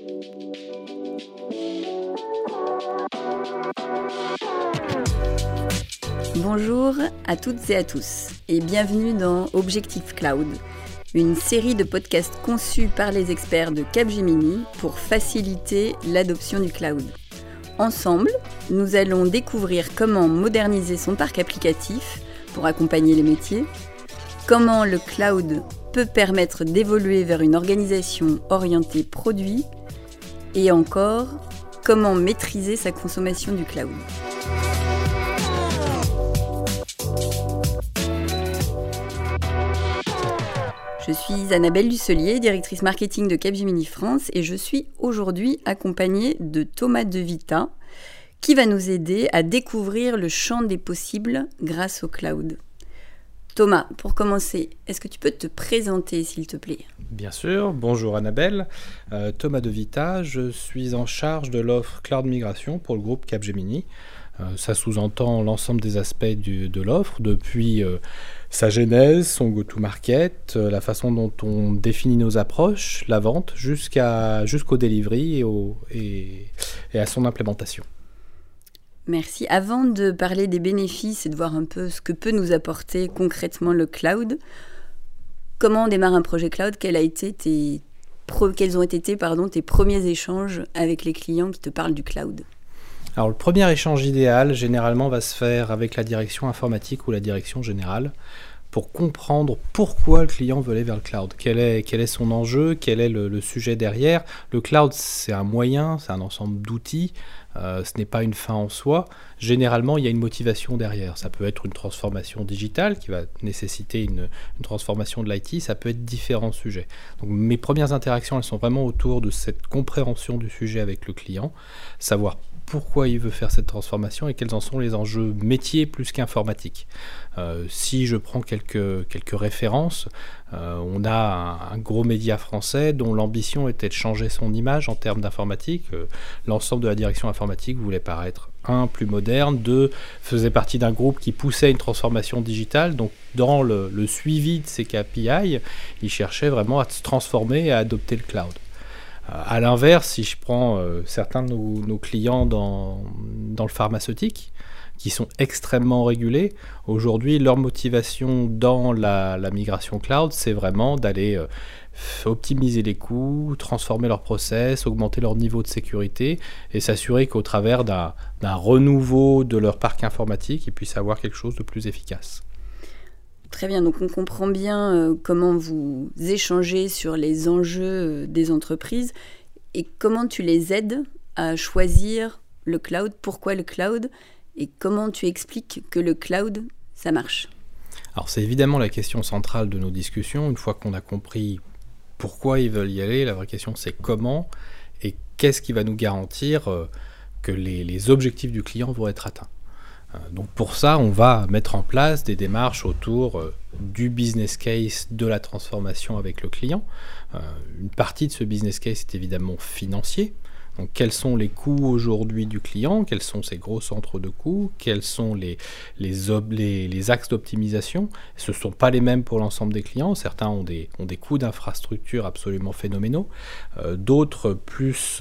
Bonjour à toutes et à tous et bienvenue dans Objectif Cloud, une série de podcasts conçus par les experts de Capgemini pour faciliter l'adoption du cloud. Ensemble, nous allons découvrir comment moderniser son parc applicatif pour accompagner les métiers, comment le cloud peut permettre d'évoluer vers une organisation orientée produit et encore, comment maîtriser sa consommation du cloud. Je suis Annabelle Dusselier, directrice marketing de Capgemini France et je suis aujourd'hui accompagnée de Thomas De Vita qui va nous aider à découvrir le champ des possibles grâce au cloud. Thomas, pour commencer, est-ce que tu peux te présenter s'il te plaît ? Bien sûr, bonjour Annabelle, Thomas De Vita, je suis en charge de l'offre Cloud Migration pour le groupe Capgemini. Ça sous-entend l'ensemble des aspects de l'offre, depuis sa genèse, son go-to-market, la façon dont on définit nos approches, la vente, jusqu'au delivery et à son implémentation. Merci. Avant de parler des bénéfices et de voir un peu ce que peut nous apporter concrètement le cloud, comment on démarre un projet cloud ? Quels ont été tes premiers échanges avec les clients qui te parlent du cloud ? Alors le premier échange idéal, généralement, va se faire avec la direction informatique ou la direction générale pour comprendre pourquoi le client veut aller vers le cloud. Quel est son enjeu, quel est le sujet derrière. Le cloud, c'est un moyen, c'est un ensemble d'outils, ce n'est pas une fin en soi. Généralement, il y a une motivation derrière. Ça peut être une transformation digitale qui va nécessiter une transformation de l'IT, ça peut être différents sujets. Donc mes premières interactions, elles sont vraiment autour de cette compréhension du sujet avec le client, savoir pourquoi il veut faire cette transformation et quels en sont les enjeux métiers plus qu'informatiques. Si je prends quelques références, on a un gros média français dont l'ambition était de changer son image en termes d'informatique. L'ensemble de la direction informatique voulait paraître, plus moderne, faisait partie d'un groupe qui poussait une transformation digitale. Donc dans le suivi de ces KPI, il cherchait vraiment à se transformer et à adopter le cloud. À l'inverse, si je prends certains de nos clients dans le pharmaceutique, qui sont extrêmement régulés, aujourd'hui, leur motivation dans la migration cloud, c'est vraiment d'aller optimiser les coûts, transformer leurs process, augmenter leur niveau de sécurité et s'assurer qu'au travers d'un renouveau de leur parc informatique, ils puissent avoir quelque chose de plus efficace. Très bien, donc on comprend bien comment vous échangez sur les enjeux des entreprises et comment tu les aides à choisir le cloud, pourquoi le cloud et comment tu expliques que le cloud, ça marche. Alors c'est évidemment la question centrale de nos discussions. Une fois qu'on a compris pourquoi ils veulent y aller, la vraie question c'est comment et qu'est-ce qui va nous garantir que les objectifs du client vont être atteints. Donc pour ça, on va mettre en place des démarches autour du business case de la transformation avec le client. Une partie de ce business case est évidemment financier. Donc quels sont les coûts aujourd'hui du client, quels sont ses gros centres de coûts, quels sont les axes d'optimisation. Ce ne sont pas les mêmes pour l'ensemble des clients. Certains ont des coûts d'infrastructure absolument phénoménaux, d'autres plus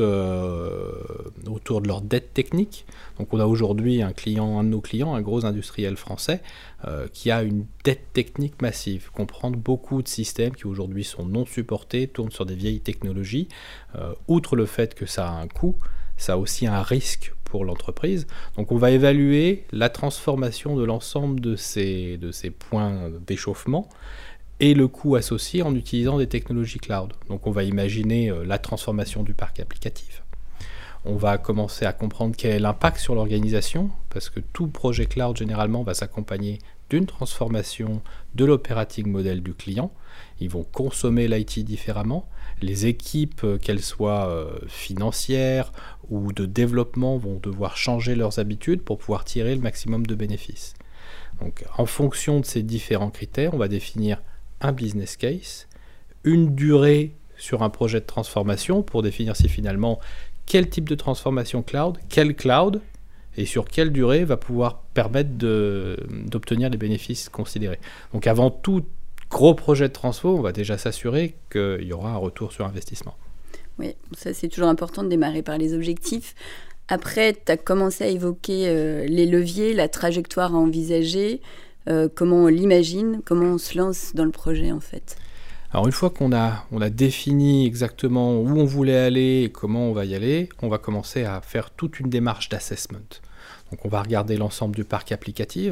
autour de leur dette technique. Donc on a aujourd'hui un de nos clients, un gros industriel français, qui a une dette technique massive, comprendre beaucoup de systèmes qui aujourd'hui sont non supportés, tournent sur des vieilles technologies. Outre le fait que ça a un coût, ça a aussi un risque pour l'entreprise. Donc on va évaluer la transformation de l'ensemble de ces points d'échauffement et le coût associé en utilisant des technologies cloud. Donc on va imaginer la transformation du parc applicatif. On va commencer à comprendre quel est l'impact sur l'organisation, parce que tout projet cloud, généralement, va s'accompagner d'une transformation de l'operating model du client. Ils vont consommer l'IT différemment. Les équipes, qu'elles soient financières ou de développement, vont devoir changer leurs habitudes pour pouvoir tirer le maximum de bénéfices. Donc, en fonction de ces différents critères, on va définir un business case, une durée sur un projet de transformation pour définir si finalement quel type de transformation cloud, quel cloud et sur quelle durée va pouvoir permettre d'obtenir les bénéfices considérés. Donc avant tout gros projet de transfo, on va déjà s'assurer qu'il y aura un retour sur investissement. Oui, ça c'est toujours important de démarrer par les objectifs. Après, tu as commencé à évoquer les leviers, la trajectoire à envisager, comment on l'imagine, comment on se lance dans le projet en fait. Alors une fois qu'on a défini exactement où on voulait aller et comment on va y aller, on va commencer à faire toute une démarche d'assessment. Donc on va regarder l'ensemble du parc applicatif.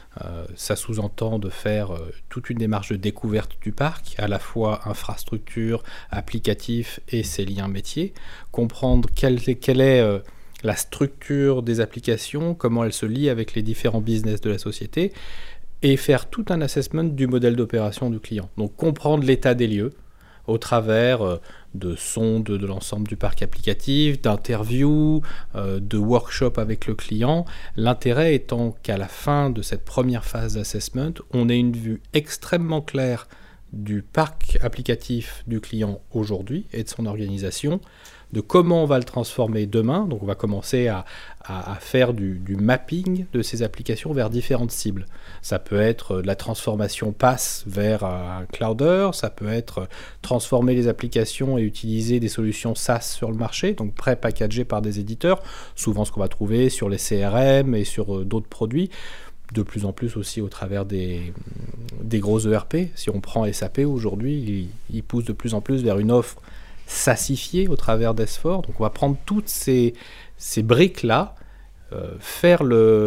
Ça sous-entend de faire toute une démarche de découverte du parc, à la fois infrastructure, applicatif et ses liens métiers. Comprendre quelle est la structure des applications, comment elle se lie avec les différents business de la société, et faire tout un assessment du modèle d'opération du client. Donc comprendre l'état des lieux au travers de sondes de l'ensemble du parc applicatif, d'interviews, de workshops avec le client. L'intérêt étant qu'à la fin de cette première phase d'assessment, on ait une vue extrêmement claire du parc applicatif du client aujourd'hui et de son organisation, de comment on va le transformer demain. Donc on va commencer à faire du mapping de ces applications vers différentes cibles. Ça peut être de la transformation PaaS vers un clouder, ça peut être transformer les applications et utiliser des solutions SaaS sur le marché, donc pré-packagées par des éditeurs, souvent ce qu'on va trouver sur les CRM et sur d'autres produits, de plus en plus aussi au travers des gros ERP. Si on prend SAP aujourd'hui, il pousse de plus en plus vers une offre SaaSifiée au travers d'S4. Donc on va prendre toutes ces briques-là, faire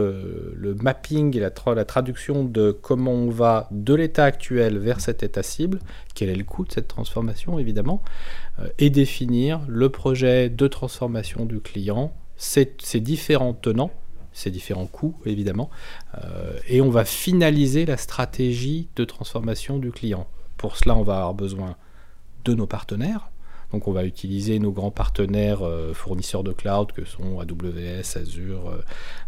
le mapping et la traduction de comment on va de l'état actuel vers cet état cible, quel est le coût de cette transformation évidemment, et définir le projet de transformation du client, ses différents tenants, ces différents coûts évidemment, et on va finaliser la stratégie de transformation du client. Pour cela, on va avoir besoin de nos partenaires. Donc on va utiliser nos grands partenaires fournisseurs de cloud que sont AWS, Azure,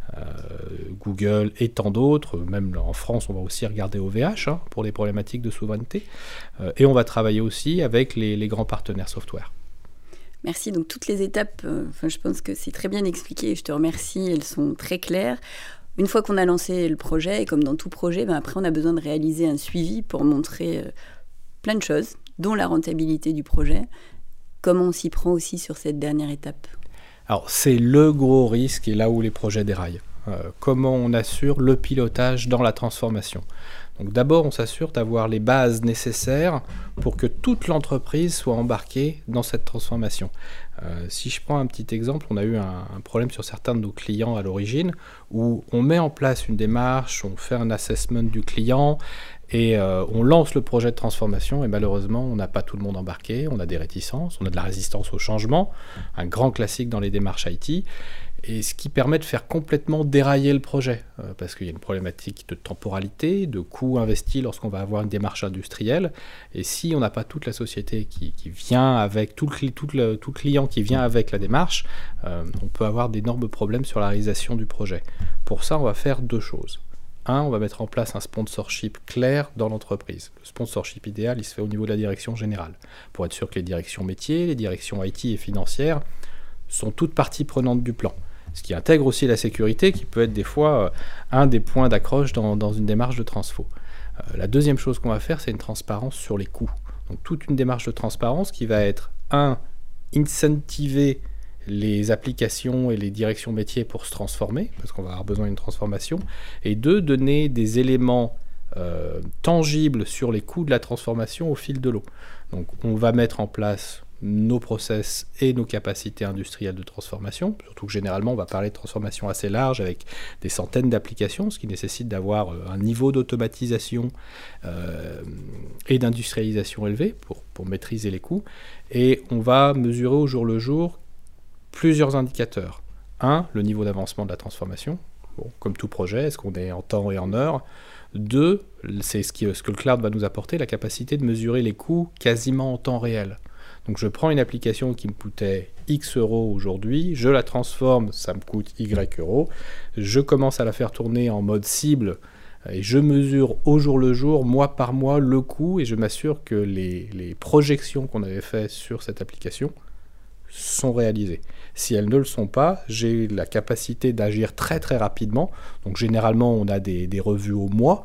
Google et tant d'autres. Même en France, on va aussi regarder OVH pour les problématiques de souveraineté. Et on va travailler aussi avec les grands partenaires software. Merci. Donc toutes les étapes, je pense que c'est très bien expliqué et je te remercie, elles sont très claires. Une fois qu'on a lancé le projet, et comme dans tout projet, après on a besoin de réaliser un suivi pour montrer plein de choses, dont la rentabilité du projet. Comment on s'y prend aussi sur cette dernière étape ? Alors c'est le gros risque et là où les projets déraillent. Comment on assure le pilotage dans la transformation. Donc d'abord, on s'assure d'avoir les bases nécessaires pour que toute l'entreprise soit embarquée dans cette transformation. Si je prends un petit exemple, on a eu un problème sur certains de nos clients à l'origine où on met en place une démarche, on fait un assessment du client et on lance le projet de transformation et malheureusement, on n'a pas tout le monde embarqué, on a des réticences, on a de la résistance au changement, un grand classique dans les démarches IT. Et ce qui permet de faire complètement dérailler le projet, parce qu'il y a une problématique de temporalité, de coûts investis lorsqu'on va avoir une démarche industrielle, et si on n'a pas toute la société qui vient avec, tout le client qui vient avec la démarche, on peut avoir d'énormes problèmes sur la réalisation du projet. Pour ça, on va faire deux choses. Un, on va mettre en place un sponsorship clair dans l'entreprise. Le sponsorship idéal, il se fait au niveau de la direction générale, pour être sûr que les directions métiers, les directions IT et financières sont toutes parties prenantes du plan. Ce qui intègre aussi la sécurité, qui peut être des fois un des points d'accroche dans une démarche de transfo. La deuxième chose qu'on va faire, c'est une transparence sur les coûts. Donc toute une démarche de transparence qui va être, incentiver les applications et les directions métiers pour se transformer, parce qu'on va avoir besoin d'une transformation, et deux, donner des éléments tangibles sur les coûts de la transformation au fil de l'eau. Donc on va mettre en place nos process et nos capacités industrielles de transformation, surtout que généralement on va parler de transformation assez large avec des centaines d'applications, ce qui nécessite d'avoir un niveau d'automatisation et d'industrialisation élevé pour maîtriser les coûts, et on va mesurer au jour le jour plusieurs indicateurs. Un, le niveau d'avancement de la transformation, comme tout projet, est-ce qu'on est en temps et en heure. Deux, c'est ce que le cloud va nous apporter, la capacité de mesurer les coûts quasiment en temps réel. Donc je prends une application qui me coûtait X euros aujourd'hui, je la transforme, ça me coûte Y euros, je commence à la faire tourner en mode cible et je mesure au jour le jour, mois par mois, le coût et je m'assure que les projections qu'on avait faites sur cette application sont réalisées. Si elles ne le sont pas, j'ai la capacité d'agir très très rapidement. Donc généralement on a des revues au mois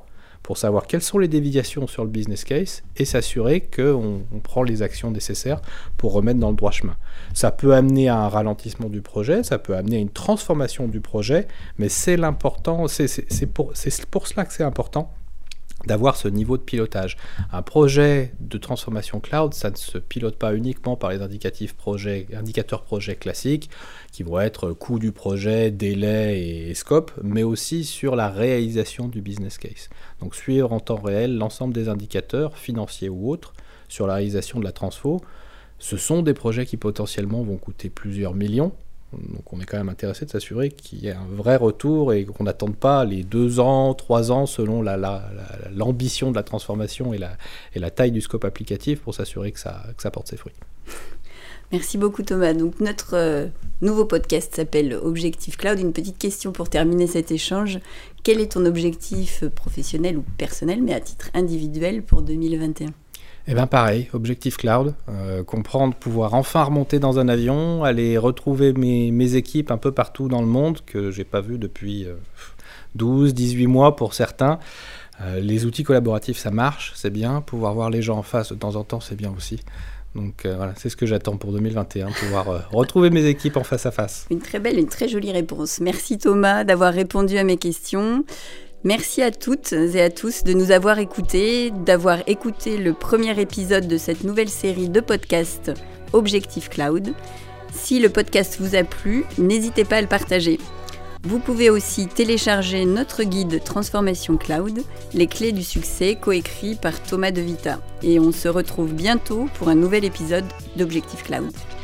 pour savoir quelles sont les déviations sur le business case et s'assurer qu'on prend les actions nécessaires pour remettre dans le droit chemin. Ça peut amener à un ralentissement du projet, ça peut amener à une transformation du projet, mais c'est l'important, c'est pour cela que c'est important d'avoir ce niveau de pilotage. Un projet de transformation cloud, ça ne se pilote pas uniquement par les indicateurs projets classiques, qui vont être coût du projet, délai et scope, mais aussi sur la réalisation du business case. Donc suivre en temps réel l'ensemble des indicateurs, financiers ou autres, sur la réalisation de la transfo. Ce sont des projets qui potentiellement vont coûter plusieurs millions. Donc on est quand même intéressé de s'assurer qu'il y ait un vrai retour et qu'on n'attende pas les 2 ans, 3 ans selon l'ambition de la transformation et la taille du scope applicatif pour s'assurer que ça porte ses fruits. Merci beaucoup Thomas. Donc notre nouveau podcast s'appelle Objectif Cloud. Une petite question pour terminer cet échange. Quel est ton objectif professionnel ou personnel, mais à titre individuel pour 2021 ? Eh bien pareil, objectif cloud, comprendre, pouvoir enfin remonter dans un avion, aller retrouver mes équipes un peu partout dans le monde que j'ai pas vues depuis 12, 18 mois pour certains. Les outils collaboratifs, ça marche, c'est bien. Pouvoir voir les gens en face de temps en temps, c'est bien aussi. Donc voilà, c'est ce que j'attends pour 2021, pouvoir retrouver mes équipes en face à face. Une très belle, une très jolie réponse. Merci Thomas d'avoir répondu à mes questions. Merci à toutes et à tous de nous avoir écoutés, d'avoir écouté le premier épisode de cette nouvelle série de podcasts Objectif Cloud. Si le podcast vous a plu, n'hésitez pas à le partager. Vous pouvez aussi télécharger notre guide Transformation Cloud, les clés du succès, coécrit par Thomas De Vita. Et on se retrouve bientôt pour un nouvel épisode d'Objectif Cloud.